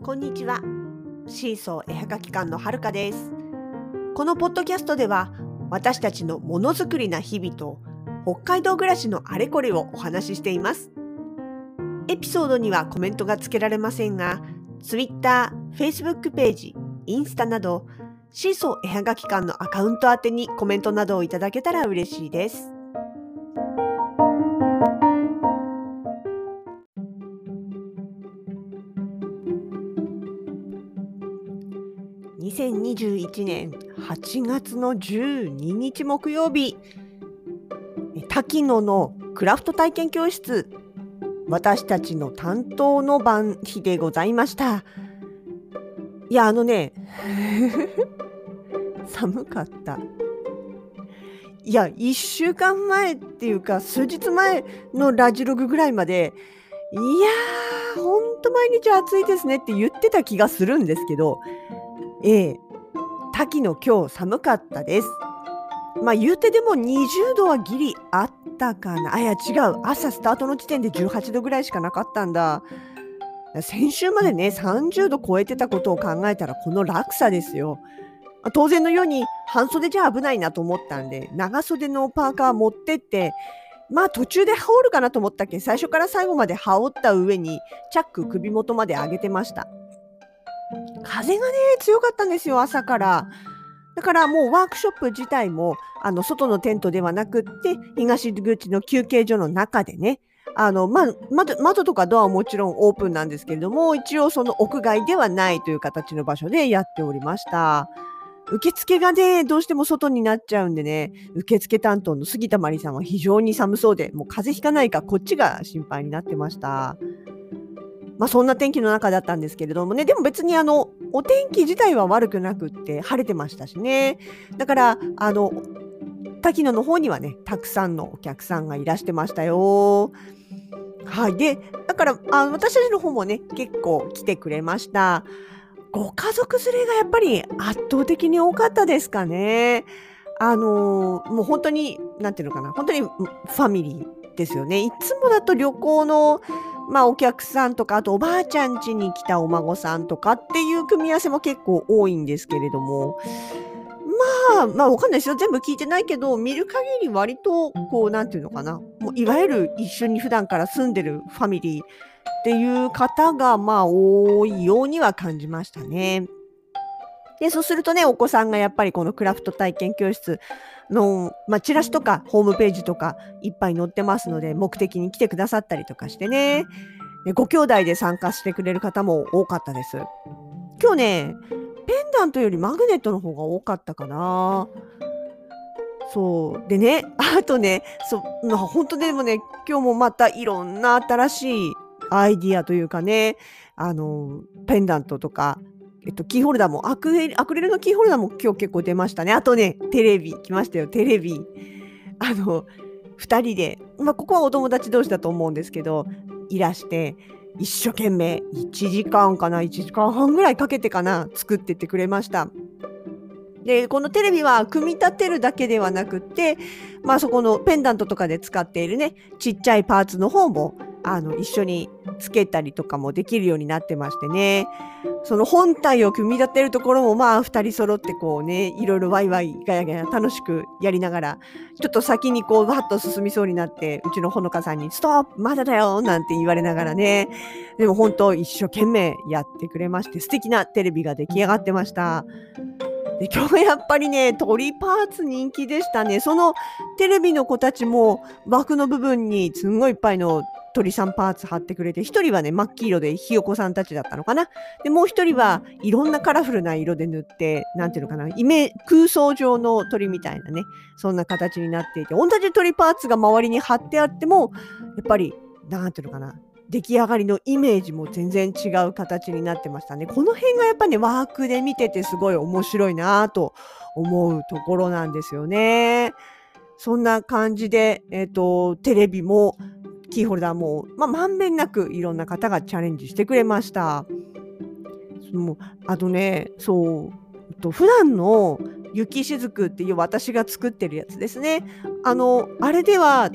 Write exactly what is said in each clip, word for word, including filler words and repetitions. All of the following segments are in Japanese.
こんにちは。シーソー絵はがき館のはるかです。このポッドキャストでは、私たちのものづくりな日々と北海道暮らしのあれこれをお話ししています。エピソードにはコメントがつけられませんが、Twitter、Facebook ページ、インスタなどシーソー絵はがき館のアカウント宛てにコメントなどをいただけたら嬉しいです。にせんにじゅういちねんはちがつのじゅうににち木曜日、滝野のクラフト体験教室、私たちの担当の番日でございました。いや、あのね寒かった。いや、いっしゅうかんまえっていうか数日前のラジログぐらいまで、いやーほんと毎日暑いですねって言ってた気がするんですけど、ええ、滝野今日寒かったです。まあ言うてでもにじゅうどはギリあったかな。あ、いや違う。朝スタートの時点でじゅうはちどぐらいしかなかったんだ。先週までね、さんじゅうど超えてたことを考えたらこの落差ですよ。当然のように半袖じゃ危ないなと思ったんで、長袖のパーカー持ってって、まあ途中で羽織るかなと思ったっけ、最初から最後まで羽織った上にチャック首元まで上げてました。風がね、強かったんですよ、朝から。だからもうワークショップ自体も、あの、外のテントではなくって、東口の休憩所の中でね、あの、ま、窓、窓とかドアはもちろんオープンなんですけれども、一応その屋外ではないという形の場所でやっておりました。受付がね、どうしても外になっちゃうんでね、受付担当の杉田まりさんは非常に寒そうで、もう風邪ひかないかこっちが心配になってました。まあそんな天気の中だったんですけれどもね、でも別にあの、お天気自体は悪くなくって晴れてましたしね。だから、あの、滝野の方にはね、たくさんのお客さんがいらしてましたよ。はい。で、だから、あ私たちの方もね、結構来てくれました。ご家族連れがやっぱり圧倒的に多かったですかね。あの、もう本当に、なんていうのかな、本当にファミリーですよね。いつもだと旅行の、まあ、お客さんとか、あとおばあちゃん家に来たお孫さんとかっていう組み合わせも結構多いんですけれども、まあ、まあ、わかんないですよ。全部聞いてないけど、見る限り割と、こう、なんていうのかな、もういわゆる一緒に普段から住んでるファミリーっていう方が、まあ、多いようには感じましたね。で、そうするとね、お子さんがやっぱりこのクラフト体験教室の、まあ、チラシとかホームページとかいっぱい載ってますので、目的に来てくださったりとかしてね。で、ご兄弟で参加してくれる方も多かったです。今日ね、ペンダントよりマグネットの方が多かったかな。そう。でね、あとね、そう、まあ、本当でもね、今日もまたいろんな新しいアイディアというかね、あの、ペンダントとか、えっと、キーホルダーも、アクエリアクリルのキーホルダーも今日結構出ましたね。あとね、テレビ来ましたよ、テレビ。あの、ふたりで、まあ、ここはお友達同士だと思うんですけど、いらして、一生懸命いちじかんかな、いちじかんはんぐらいかけてかな、作ってってくれました。で、このテレビは組み立てるだけではなくって、まあそこのペンダントとかで使っているね、ちっちゃいパーツの方も、あの、一緒につけたりとかもできるようになってましてね。その本体を組み立てるところもまあ二人揃ってこうね、いろいろワイワイガヤガヤ楽しくやりながら、ちょっと先にこうわっと進みそうになって、うちのほのかさんにストップまだだよなんて言われながらね。でも本当一生懸命やってくれまして、素敵なテレビが出来上がってました。で、今日やっぱりね、鳥パーツ人気でしたね。そのテレビの子たちも枠の部分にすんごいいっぱいの鳥さんパーツ貼ってくれて、一人はね、真っ黄色でひよこさんたちだったのかな。で、もう一人はいろんなカラフルな色で塗って、なんていうのかな、イメ空想上の鳥みたいなね、そんな形になっていて、同じ鳥パーツが周りに貼ってあっても、やっぱり、なんていうのかな、出来上がりのイメージも全然違う形になってましたね。この辺がやっぱね、ワークで見ててすごい面白いなと思うところなんですよね。そんな感じで、えっと、テレビもキーホルダーも、まあ、まんべんなくいろんな方がチャレンジしてくれました。もうあとね、そう、と普段の雪しずくっていう私が作ってるやつですね。あの、あれでは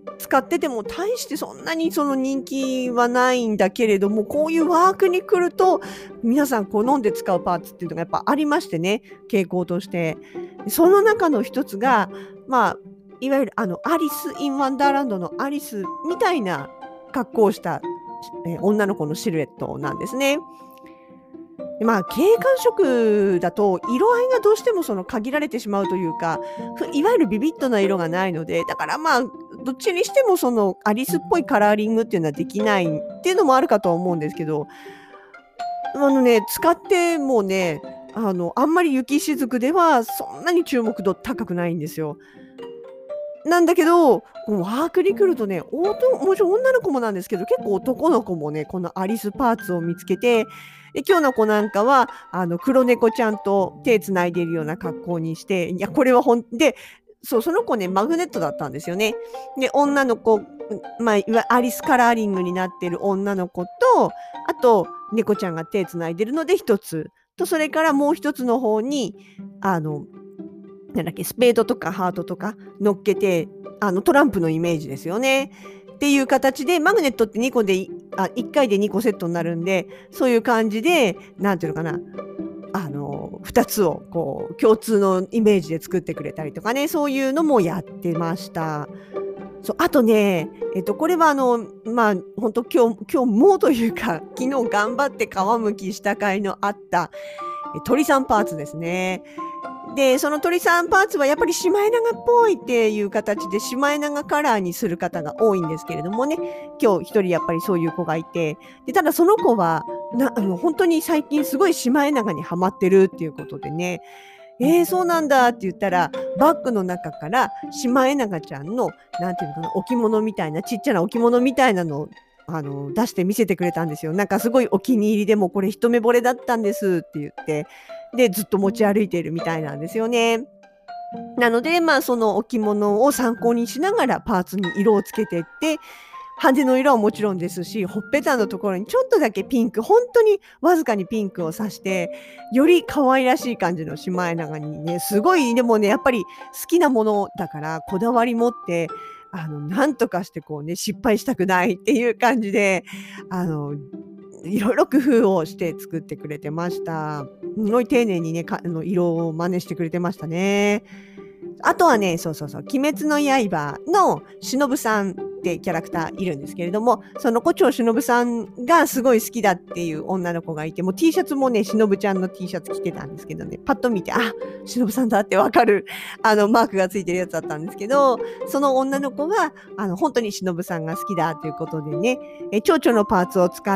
使ってても大してそんなにその人気はないんだけれども、こういうワークに来ると皆さん好んで使うパーツっていうのがやっぱありましてね、傾向として。その中の一つが、まあ、いわゆるあのアリス・イン・ワンダーランドのアリスみたいな格好をした、えー女の子のシルエットなんですね。でまあ、景観色だと色合いがどうしてもその限られてしまうというか、ふいわゆるビビッドな色がないので、だからまあ、どっちにしてもそのアリスっぽいカラーリングっていうのはできないっていうのもあるかとは思うんですけど、あのね、使ってもね、あの、あんまり雪しずくではそんなに注目度高くないんですよ。なんだけど、こうワークに来るとね、おともちろん女の子もなんですけど、結構男の子もね、このアリスパーツを見つけて、で、今日の子なんかは、あの、黒猫ちゃんと手繋いでいるような格好にして、いや、これはほんで、そう、その子ね、マグネットだったんですよね。で、女の子、んまあ、いわアリスカラーリングになっている女の子と、あと、猫ちゃんが手繋いでるので一つと、それからもう一つの方に、あの、なんだっけ、スペードとかハートとか乗っけて、あの、トランプのイメージですよね。っていう形で、マグネットってにこでいあ、いっかいでにこセットになるんで、そういう感じで、なんていうのかな、あの、ふたつをこう、共通のイメージで作ってくれたりとかね、そういうのもやってました。そう、あとね、えっと、これはあの、まあ、ほんと今日今日もというか、昨日頑張って皮むきした甲斐のあった、え、鳥さんパーツですね。で、その鳥さんパーツはやっぱりシマエナガっぽいっていう形でシマエナガカラーにする方が多いんですけれどもね、今日一人やっぱりそういう子がいて、で、ただその子は、なあの、ほんとに最近すごいシマエナガにハマってるっていうことでね、「ええ、そうなんだ」って言ったら、バッグの中からシマエナガちゃんの、なんていうのかな、置物みたいな、ちっちゃな置物みたいなのを、あの、出して見せてくれたんですよ。なんかすごいお気に入りで、もうこれ一目惚れだったんですって言って、で、ずっと持ち歩いているみたいなんですよね。なので、まあ、その置物を参考にしながらパーツに色をつけてって、羽の色はもちろんですし、ほっぺたのところにちょっとだけピンク、ほんとにわずかにピンクを刺して、より可愛らしい感じのシマエナガにね、すごいでもね、やっぱり好きなものだから、こだわり持って、あの、なんとかしてこうね、失敗したくないっていう感じで、あの、いろいろ工夫をして作ってくれてました。すごい丁寧にね、かあの、色を真似してくれてましたね。あとはね、そうそうそう、鬼滅の刃の忍さんってキャラクターいるんですけれども、その胡蝶忍さんがすごい好きだっていう女の子がいて、もう T シャツもね、忍ちゃんの T シャツ着てたんですけどね、パッと見て、あ、忍さんだってわかる、あの、マークがついてるやつだったんですけど、その女の子は、あの、ほんとに忍さんが好きだということでね、え、蝶々のパーツを使って、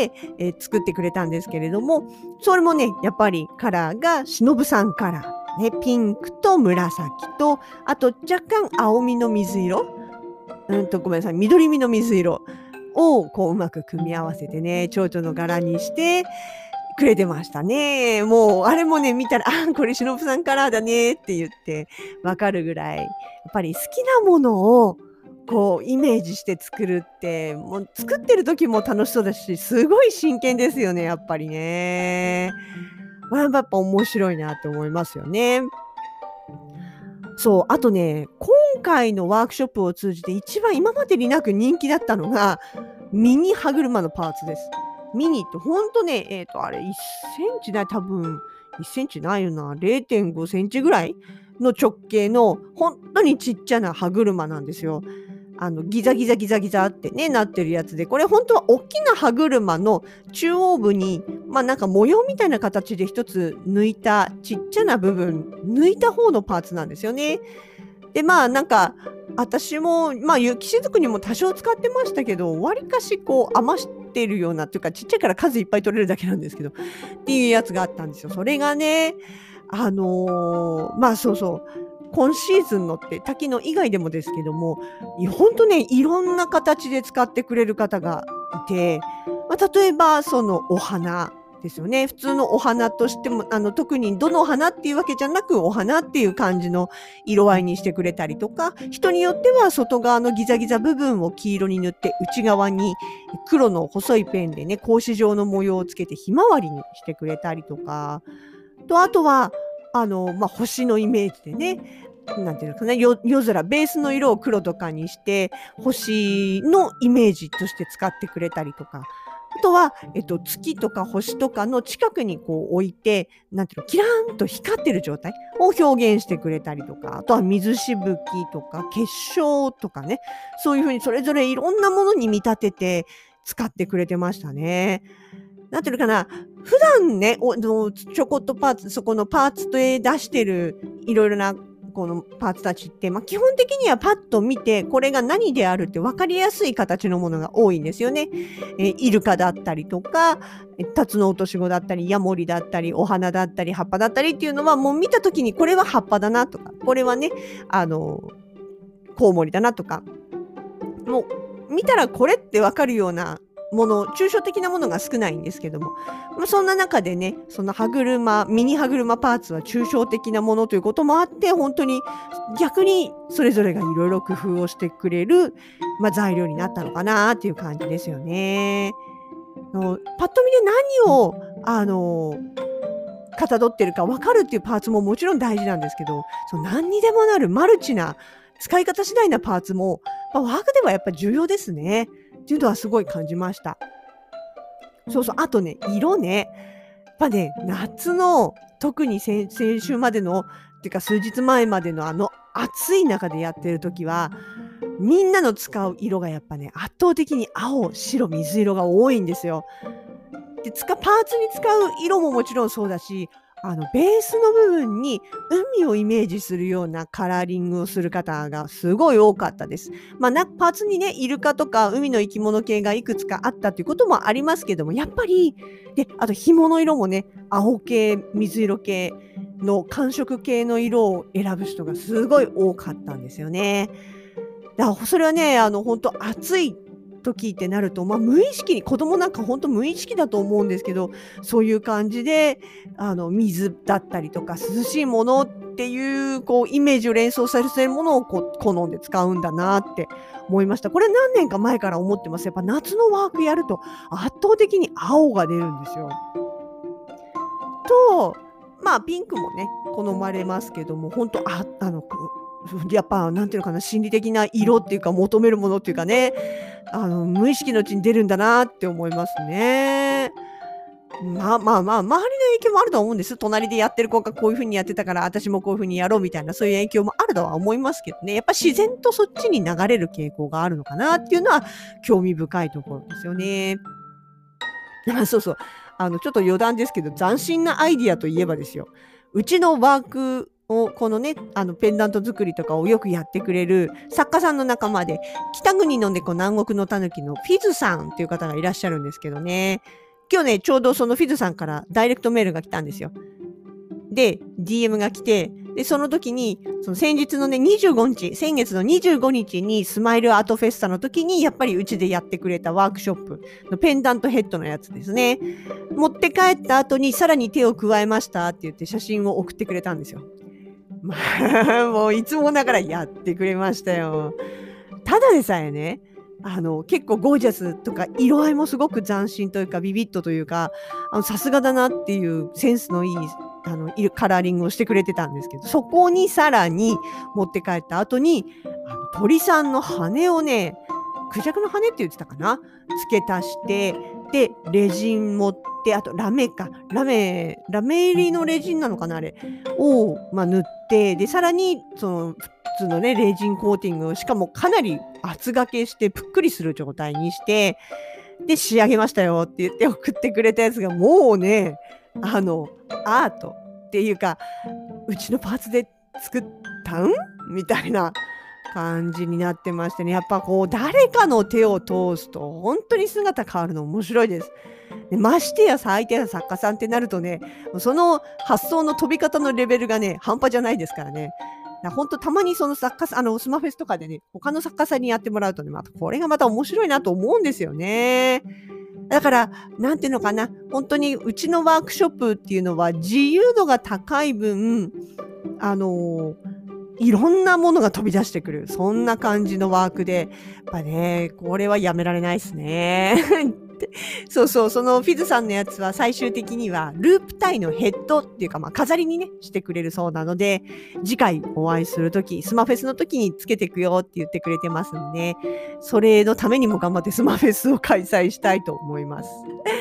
え、作ってくれたんですけれども、それもね、やっぱりカラーが忍さんカラー。ね、ピンクと紫と、あと若干青みの水色、うんとごめんなさい、緑みの水色をこううまく組み合わせてね、蝶々の柄にしてくれてましたね。もうあれもね、見たら、あ、これ忍さんカラーだねって言ってわかるぐらい、やっぱり好きなものをこうイメージして作るって、もう作ってる時も楽しそうだし、すごい真剣ですよね、やっぱりね。まあ、やっぱ面白いなって思いますよね。そう、あとね、今回のワークショップを通じて一番今までになく人気だったのが、ミニ歯車のパーツです。ミニってほんとね、えっと、あれいっセンチない、多分いっセンチないよな、れいてんごセンチぐらいの直径のほんとにちっちゃな歯車なんですよ。あの、ギザギザギザギザってね、なってるやつで、これほんとはおっきな歯車の中央部に、ま、なんか模様みたいな形で一つ抜いたちっちゃな部分、抜いた方のパーツなんですよね。で、まあ、なんか、私も、ま、雪しずくにも多少使ってましたけど、わりかしこう余してるようなっていうか、ちっちゃいから数いっぱい取れるだけなんですけど、っていうやつがあったんですよ。それがね、あの、ま、そうそう、今シーズンのって滝野以外でもですけども、いほんとね、いろんな形で使ってくれる方がいて、ま、例えばそのお花ですよね。普通のお花としても、あの、特にどの花っていうわけじゃなく、お花っていう感じの色合いにしてくれたりとか、人によっては外側のギザギザ部分を黄色に塗って、内側に黒の細いペンでね、格子状の模様をつけてひまわりにしてくれたりとか、と、あとは、あの、ま、星のイメージでね、 なんていうのかな、よ夜空、ベースの色を黒とかにして、星のイメージとして使ってくれたりとか、あとは、えっと、月とか星とかの近くにこう置いて、なんていうの、キラーンと光ってる状態を表現してくれたりとか、あとは水しぶきとか結晶とかね、そういう風にそれぞれいろんなものに見立てて使ってくれてましたね。なんていうのかな、普段ね、おのちょこっとパーツ、そこのパーツで出してるいろいろなこのパーツたちって、まあ、基本的にはパッと見て、これが何であるって分かりやすい形のものが多いんですよね。えーイルカだったりとか、えタツノオトシゴだったり、ヤモリだったり、お花だったり、葉っぱだったりっていうのは、もう見た時にこれは葉っぱだなとか、これはね、あの、コウモリだなとか、もう見たらこれってわかるようなもの、抽象的なものが少ないんですけども、まあ、そんな中でね、その歯車、ミニ歯車パーツは抽象的なものということもあって、本当に逆にそれぞれがいろいろ工夫をしてくれる、まあ、材料になったのかなっていう感じですよね。のパッと見で何をあのかたどってるか分かるっていうパーツももちろん大事なんですけど、その何にでもなるマルチな使い方次第なパーツも、まあ、ワークではやっぱ重要ですねっていうのはすごい感じました。そうそう、あとね、色ね。やっぱね、夏の特に先先週までのっていうか数日前までのあの暑い中でやってる時は、みんなの使う色がやっぱね、圧倒的に青、白、水色が多いんですよ。で、つかパーツに使う色ももちろんそうだし、あのベースの部分に海をイメージするようなカラーリングをする方がすごい多かったです。まあ、なパーツにね、イルカとか海の生き物系がいくつかあったということもありますけども、やっぱり、で、あと紐の色もね、青系、水色系の寒色系の色を選ぶ人がすごい多かったんですよね。だからそれはね、あの本当暑い時ってなると、まあ、無意識に子供なんか本当無意識だと思うんですけど、そういう感じであの水だったりとか涼しいものっていうこうイメージを連想させるものをこう好んで使うんだなって思いました。これ何年か前から思ってます。やっぱ夏のワークやると圧倒的に青が出るんですよ。と、まあピンクもね好まれますけども、本当ああのくやっぱなんていうのかな、心理的な色っていうか求めるものっていうかね、あの無意識のうちに出るんだなって思いますね。まあまあまあ、周りの影響もあるとは思うんです。隣でやってる子がこういう風にやってたから、私もこういう風にやろうみたいな、そういう影響もあるとは思いますけどね。やっぱ自然とそっちに流れる傾向があるのかなっていうのは興味深いところですよね。あ、そうそう。あの、ちょっと余談ですけど、斬新なアイディアといえばですよ。うちのワークを、このね、あの、ペンダント作りとかをよくやってくれる作家さんの仲間で、北国の猫南国の狸のフィズさんっていう方がいらっしゃるんですけどね。今日ね、ちょうどそのフィズさんからダイレクトメールが来たんですよ。で、ディーエム が来て、で、その時に、その先日のね、にじゅうごにち、先月のにじゅうごにちにスマイルアートフェスタの時に、やっぱりうちでやってくれたワークショップのペンダントヘッドのやつですね。持って帰った後にさらに手を加えましたって言って写真を送ってくれたんですよ。まあ、もういつもながらやってくれましたよ。ただでさえね、あの、結構ゴージャスとか色合いもすごく斬新というかビビッドというか、あの、さすがだなっていうセンスのいい、あの、いるカラーリングをしてくれてたんですけど、そこにさらに持って帰った後に、あの、鳥さんの羽をね、クジャクの羽って言ってたかな、付け足して、で、レジン持って、あとラメか、ラメ、ラメ入りのレジンなのかな、あれを、まあ、塗って、で、さらに、その、普通のね、レジンコーティングを、しかもかなり厚掛けして、ぷっくりする状態にして、で、仕上げましたよって言って送ってくれたやつが、もうね、あの、アートっていうか、うちのパーツで作ったんみたいな感じになってましてね、やっぱこう、誰かの手を通すと、本当に姿変わるの面白いです。で、ましてや相手が作家さんってなるとね、その発想の飛び方のレベルがね、半端じゃないですからね。本当たまにその作家さん、あの、スマフェスとかでね、他の作家さんにやってもらうとね、またこれがまた面白いなと思うんですよね。だから、なんていうのかな、本当にうちのワークショップっていうのは自由度が高い分、あの、 いろんなものが飛び出してくる。そんな感じのワークで、やっぱね、これはやめられないですね。そうそう、そのフィズさんのやつは最終的にはループタイのヘッドっていうか、まあ飾りにね、してくれるそうなので、次回お会いするとき、スマフェスの時につけていくよって言ってくれてますんで、それのためにも頑張ってスマフェスを開催したいと思います。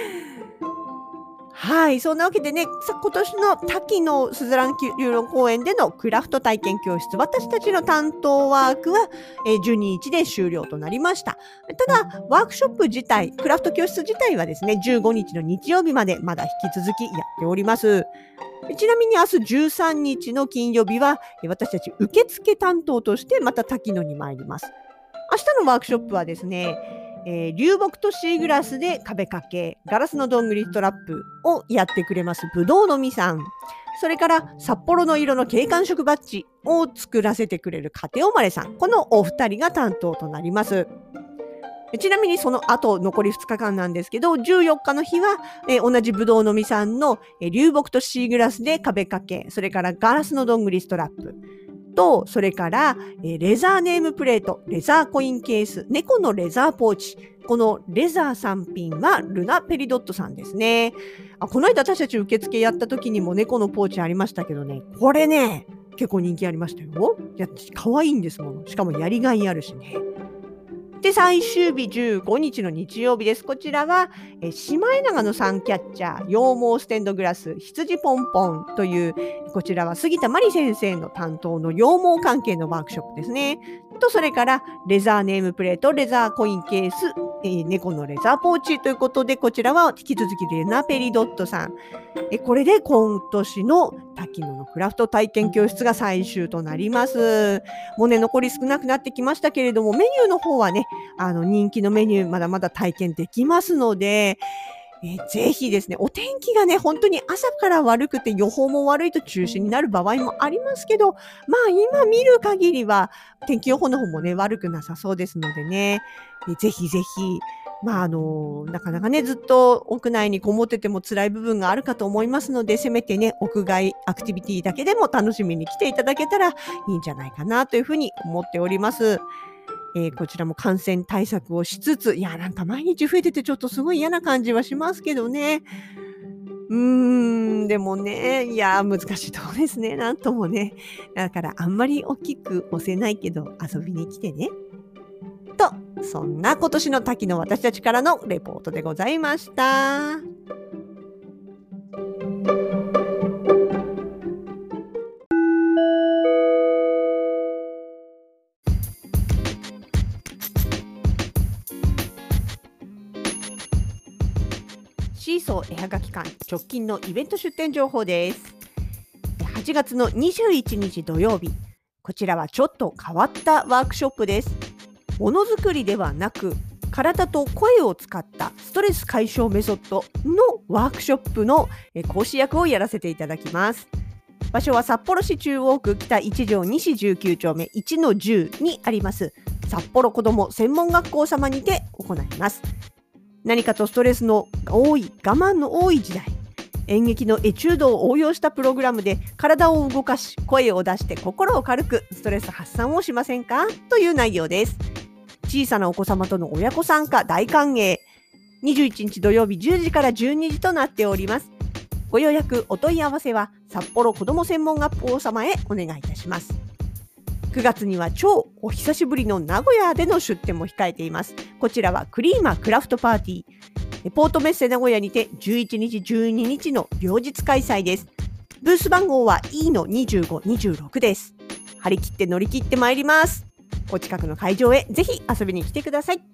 はい。そんなわけでね、さ今年の滝のすずらんユーロ公園でのクラフト体験教室、私たちの担当ワークは、えーじゅうににちで終了となりました。ただ、ワークショップ自体、クラフト教室自体はですね、じゅうごにちの日曜日までまだ引き続きやっております。ちなみに明日じゅうさんにちの金曜日は、えー私たち受付担当としてまた滝野に参ります。明日のワークショップはですね、えー流木とシーグラスで壁掛け、ガラスのどんぐりストラップをやってくれますぶどうのみさん。それから札幌の色の景観色バッジを作らせてくれるカテオマレさん。このお二人が担当となります。ちなみにその後残りふつかかんなんですけど、じゅうよっかの日は、えー同じぶどうのみさんの、えー流木とシーグラスで壁掛け、それからガラスのどんぐりストラップ。と、それから、えーレザーネームプレート、レザーコインケース、猫のレザーポーチ。このレザーさんぴんはルナペリドットさんですね。あ、この間私たち受付やった時にも猫のポーチありましたけどね、これね、結構人気ありましたよ。いや、可愛いんですもん。しかもやりがいあるしね。で、最終日じゅうごにちの日曜日です。こちらは、えーシマエナガのサンキャッチャー、羊毛ステンドグラス、羊ポンポンという、こちらは杉田真理先生の担当の羊毛関係のワークショップですね。と、それから、レザーネームプレート、レザーコインケース、えー猫のレザーポーチということで、こちらは引き続きレナペリドットさん。えこれで今年の滝野のクラフト体験教室が最終となります。もうね、残り少なくなってきましたけれども、メニューの方はね、あの人気のメニューまだまだ体験できますので、えーぜひですね、お天気がね、本当に朝から悪くて予報も悪いと中止になる場合もありますけど、まあ今見る限りは天気予報の方もね、悪くなさそうですのでね、えーぜひぜひ、まああの、なかなかね、ずっと屋内にこもってても辛い部分があるかと思いますので、せめてね、屋外アクティビティだけでも楽しみに来ていただけたらいいんじゃないかなというふうに思っております。えーこちらも感染対策をしつつ、いや、なんか毎日増えててちょっとすごい嫌な感じはしますけどね。うーん、でもね、いや、難しいとこですね。なんともね。だからあんまり大きく押せないけど遊びに来てね。と、そんな今年の滝の私たちからのレポートでございました。シーソー絵はがき館直近のイベント出店情報です。はちがつのにじゅういちにち土曜日、こちらはちょっと変わったワークショップです。ものづくりではなく、体と声を使ったストレス解消メソッドのワークショップのえ講師役をやらせていただきます。場所は札幌市中央区北いち条西じゅうきゅうちょうめいちのじゅうにあります札幌子ども専門学校様にて行います。何かとストレスの多い、我慢の多い時代、演劇のエチュードを応用したプログラムで体を動かし、声を出して心を軽くストレス発散をしませんかという内容です。小さなお子様との親子参加大歓迎。にじゅういちにち土曜日じゅうじからじゅうにじとなっております。ご予約、お問い合わせは札幌子ども専門学校様へお願いいたします。くがつには超お久しぶりの名古屋での出店も控えています。こちらはクリーマクラフトパーティー。ポートメッセ名古屋にてじゅういちにちじゅうににちの両日開催です。ブース番号は イー のにじゅうご、にじゅうろくです。張り切って乗り切ってまいります。お近くの会場へぜひ遊びに来てください。